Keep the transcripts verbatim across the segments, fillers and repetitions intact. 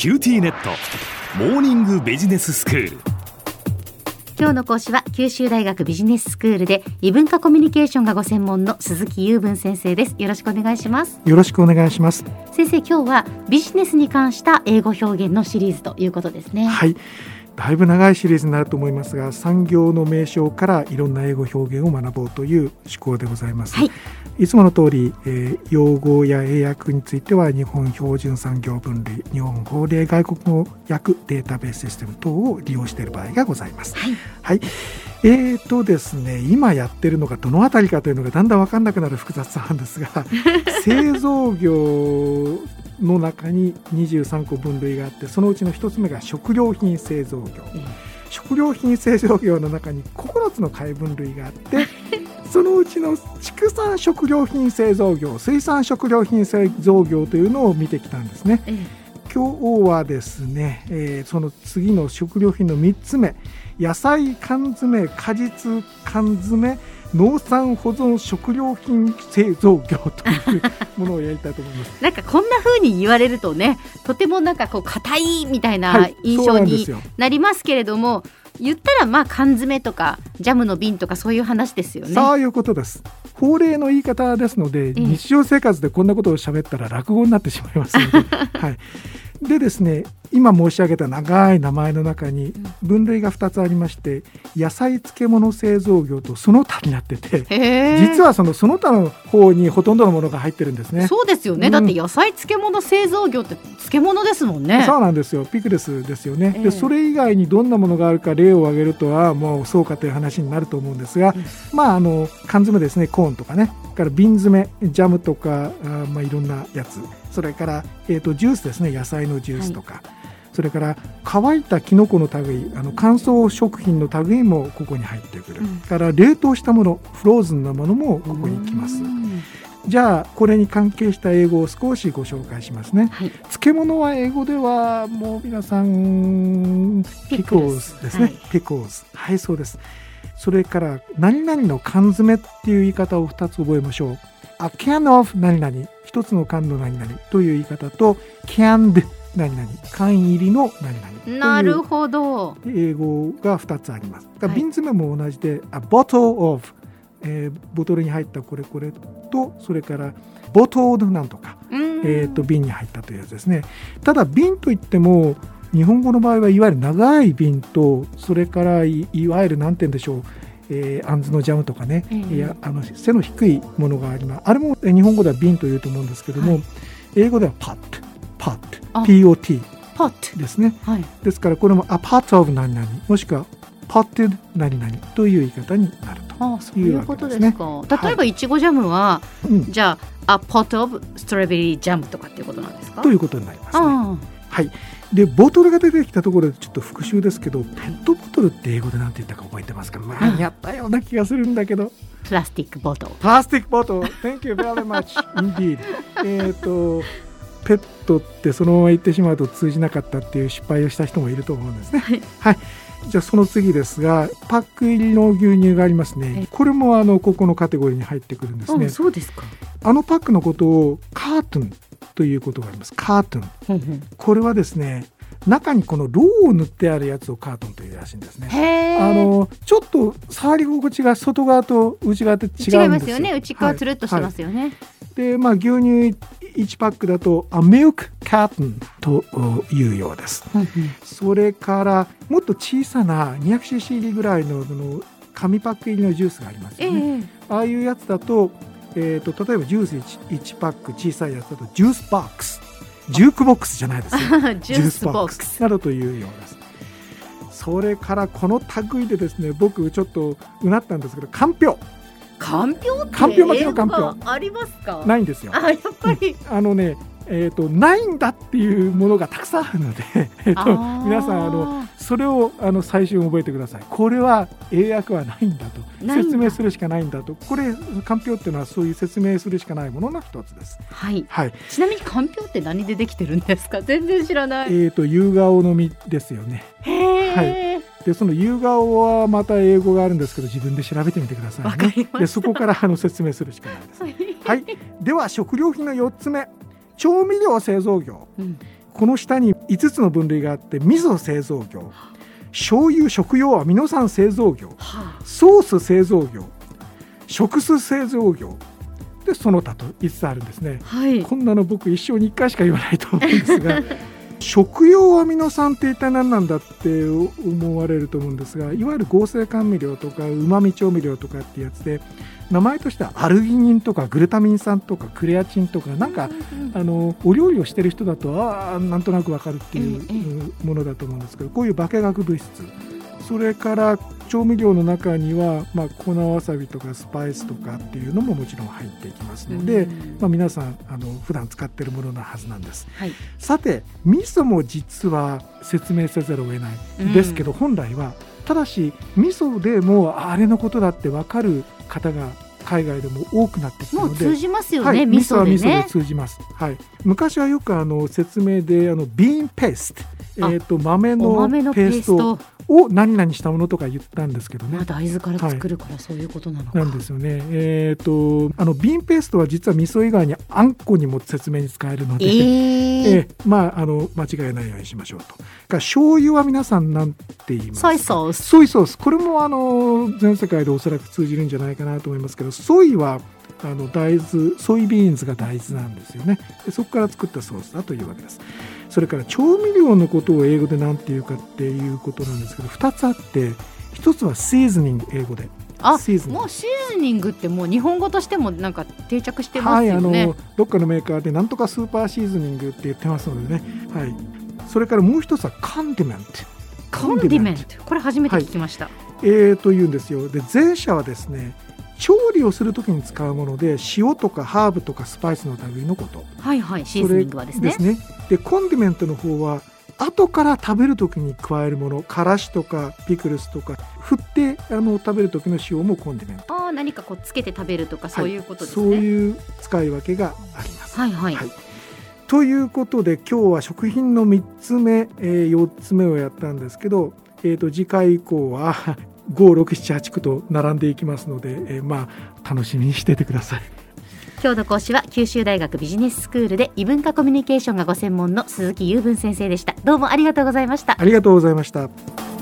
キューティーネットモーニングビジネススクール。 今日の講師は九州大学ビジネススクールで異文化コミュニケーションがご専門の鈴木雄文先生です。よろしくお願いします。 よろしくお願いします。 先生、今日はビジネスに関した英語表現のシリーズということですね。 はい、だいぶ長いシリーズになると思いますが、産業の名称からいろんな英語表現を学ぼうという思考でございます。はい、いつもの通り、えー、用語や英訳については日本標準産業分類、日本法令外国語訳データベースシステム等を利用している場合がございます。はい、はい、えーとですね、今やってるのがどのあたりかというのがだんだん分かんなくなる複雑さなんですが製造業の中ににじゅうさんこ分類があって、そのうちのひとつめが食料品製造業、うん、食料品製造業の中にここのつの下位分類があってそのうちの畜産食料品製造業、水産食料品製造業というのを見てきたんですね。うん、今日はですね、えー、その次の食料品のみっつめ、野菜缶詰、果実缶詰、農産保存食料品製造業というものをやりたいと思いますなんかこんな風に言われるとね、とてもなんかこう硬いみたいな印象になりますけれども、はい、言ったらまあ缶詰とかジャムの瓶とかそういう話ですよね。 そういうことです。法令の言い方ですので、日常生活でこんなことを喋ったら落語になってしまいますので、はい、でですね、今申し上げた長い名前の中に分類がふたつありまして、野菜漬物製造業とその他になってて、実はそのその他の方にほとんどのものが入ってるんですね。 そうですよね、うん、だって野菜漬物製造業って漬物ですもんね。 そうなんですよ、ピクルスですよね。でそれ以外にどんなものがあるか例を挙げるとはもうそうかという話になると思うんですが、うん、まああの缶詰ですね、コーンとかね、から瓶詰ジャムとか、あ、まあ、いろんなやつ、それから、えーと、ジュースですね、野菜のジュースとか、はい、それから乾いたキノコの類、あの乾燥食品の類もここに入ってくる、うん、から冷凍したもの、フローズンなものもここに来ます。じゃあこれに関係した英語を少しご紹介しますね。はい、漬物は英語ではもう皆さんピコーズですね。はい、ピコーズ、はい、そうです。それから何々の缶詰っていう言い方をふたつ覚えましょう。A can of 何々、一つの缶の何々という言い方と canned 何々、缶入りの何々。 なるほど。 英語がふたつあります。だから瓶詰も同じで、はい、A bottle of、えー、ボトルに入ったこれこれと、それからボトルなんとか、えー、と瓶に入ったというやつですね。ただ瓶といっても日本語の場合はいわゆる長い瓶と、それから い, いわゆる何て言うんでしょう、えー、あんずのジャムとかね、えー、いやあの背の低いものがあります。あれも日本語では瓶というと思うんですけども、はい、英語ではパット、パット、ピーオーティー、 パットですね。はい、ですからこれも A part of 何々、もしくは potted 何々という言い方になるというわけですね。ああ、そういうことですか。例えばいちごジャムは、はい、じゃあ A pot of strawberry jam とかっていうことなんですか。 ということになりますね。はい、でボトルが出てきたところでちょっと復習ですけど、ペットボトルって英語で何て言ったか覚えてますか。前にやったような気がするんだけど、 プラスティックボトル、 プラスティックボトル Thank you very much indeed えっとペットってそのまま言ってしまうと通じなかったっていう失敗をした人もいると思うんですね。はい、はい、じゃあその次ですが、パック入りの牛乳がありますね。これもあのここのカテゴリーに入ってくるんですね。 あ、そうですか。 あのパックのことをカートンということがあります。カートン、うんうん、これはですね、中にこのロウを塗ってあるやつをカートンというらしいんですね。へー、あのちょっと触り心地が外側と内側って違うんですよ。違いますよね。 内側つるっとしてますよね。はいはい、 でまあ、牛乳いちパックだとアミルクカートンというようです。うんうん、それからもっと小さな にひゃくシーシー 入りぐらい の, の紙パック入りのジュースがありますよね。えー、ああいうやつだと、えー、と例えばジュース 1, いちパック小さいやつだとジュースボックス、ジュークボックスじゃないですよジュースボックスなどというようです。それからこの類でですね、僕ちょっとうなったんですけど、かんぴょう。 かんぴょうってかんぴょうもちろんかんぴょうありますか。 ないんですよ。 あ、やっぱり、 うん、あのね、えー、とないんだっていうものがたくさんあるので、えー、と皆さんあのそれをあの最終覚えてください。これは英訳はないんだと説明するしかないんだと。これかんぴょうっていうのはそういう説明するしかないものの一つです。 はいはい、ちなみにかんぴょうって何でできてるんですか。全然知らない。 えー、と夕顔の実ですよね。 へー、 はい、でその夕顔はまた英語があるんですけど、自分で調べてみてくださいね。 わかりました。 でそこからあの説明するしかないです。はい、では食料品のよっつめ、調味料製造業、うん、 この下にいつつの分類があって、味噌製造業、醤油食用アミノ酸製造業、ソース製造業、食酢製造業でその他といつつあるんですね、はい、こんなの僕一生にいっかいしか言わないと思うんですが食用アミノ酸って一体何なんだって思われると思うんですが、いわゆる合成甘味料とかうまみ調味料とかってやつで、名前としてはアルギニンとかグルタミン酸とかクレアチンとか、なんか、うんうん、あのお料理をしてる人だとあなんとなくわかるっていうものだと思うんですけど、こういう化学物質、それから調味料の中には、まあ、粉わさびとかスパイスとかっていうのももちろん入っていきますので、まあ、皆さんあの普段使っているもののはずなんです、はい、さて味噌も実は説明せざるを得ないですけど、うん、本来はただし味噌でもあれのことだって分かる方が海外でも多くなってきたので、 もう通じますよね、 はい、 味噌でね。 味噌は味噌で通じます、はい、昔はよくあの説明であのビーンペースト、えー、と豆のペーストを何々したものとか言ったんですけどね、 まあ、大豆から作るからそういうことなのか、 はい、なんですよね、えー、とあのビーンペーストは実は味噌以外にあんこにも説明に使えるので、えーえーまあ、あの間違いないようにしましょうと。醤油は皆さんなんて言いますか？ ソイソース。 ソイソース、これもあの全世界でおそらく通じるんじゃないかなと思いますけど、ソイはあの大豆、ソイビーンズが大豆なんですよね。でそこから作ったソースだというわけです。それから調味料のことを英語で何て言うかっていうことなんですけど、ふたつあって、ひとつはシーズニング、英語であシーズニング、もうシーズニングってもう日本語としてもなんか定着してますよね、 はい、あのどっかのメーカーでなんとかスーパーシーズニングって言ってますのでね、はい、それからもう一つはコンディメント。 コンディメント、これ初めて聞きました、はい、 えー、というんですよ。で前者はですね、調理をするときに使うもので、塩とかハーブとかスパイスの類のこと、 はいはい、シーズニングはですね。 ですね。でコンディメントの方は後から食べるときに加えるもの、からしとかピクルスとか振ってあの食べるときの塩もコンディメント。 あ、何かこうつけて食べるとか、そういうことですね、 はい、そういう使い分けがあります、 はいはい、 はい、ということで今日は食品のみっつめ、えー、よっつめをやったんですけど、えー、と次回以降はご、ろく、なな、はち、きゅうと並んでいきますので、えー、まあ楽しみにしていてください。 今日の講師は九州大学ビジネススクールで異文化コミュニケーションがご専門の鈴木雄文先生でした。どうもありがとうございました。 ありがとうございました。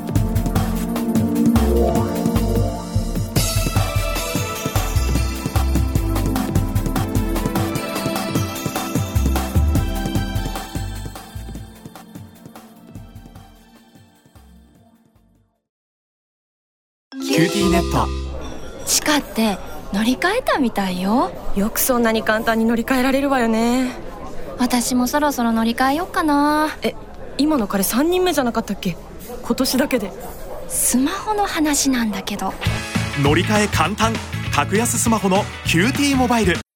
キューティーネット。 地下って乗り換えたみたいよ。 よくそんなに簡単に乗り換えられるわよね。 私もそろそろ乗り換えようかな。 え、今の彼さんにんめじゃなかったっけ？今年だけで。 スマホの話なんだけど。 乗り換え簡単、格安スマホの キューティー モバイル。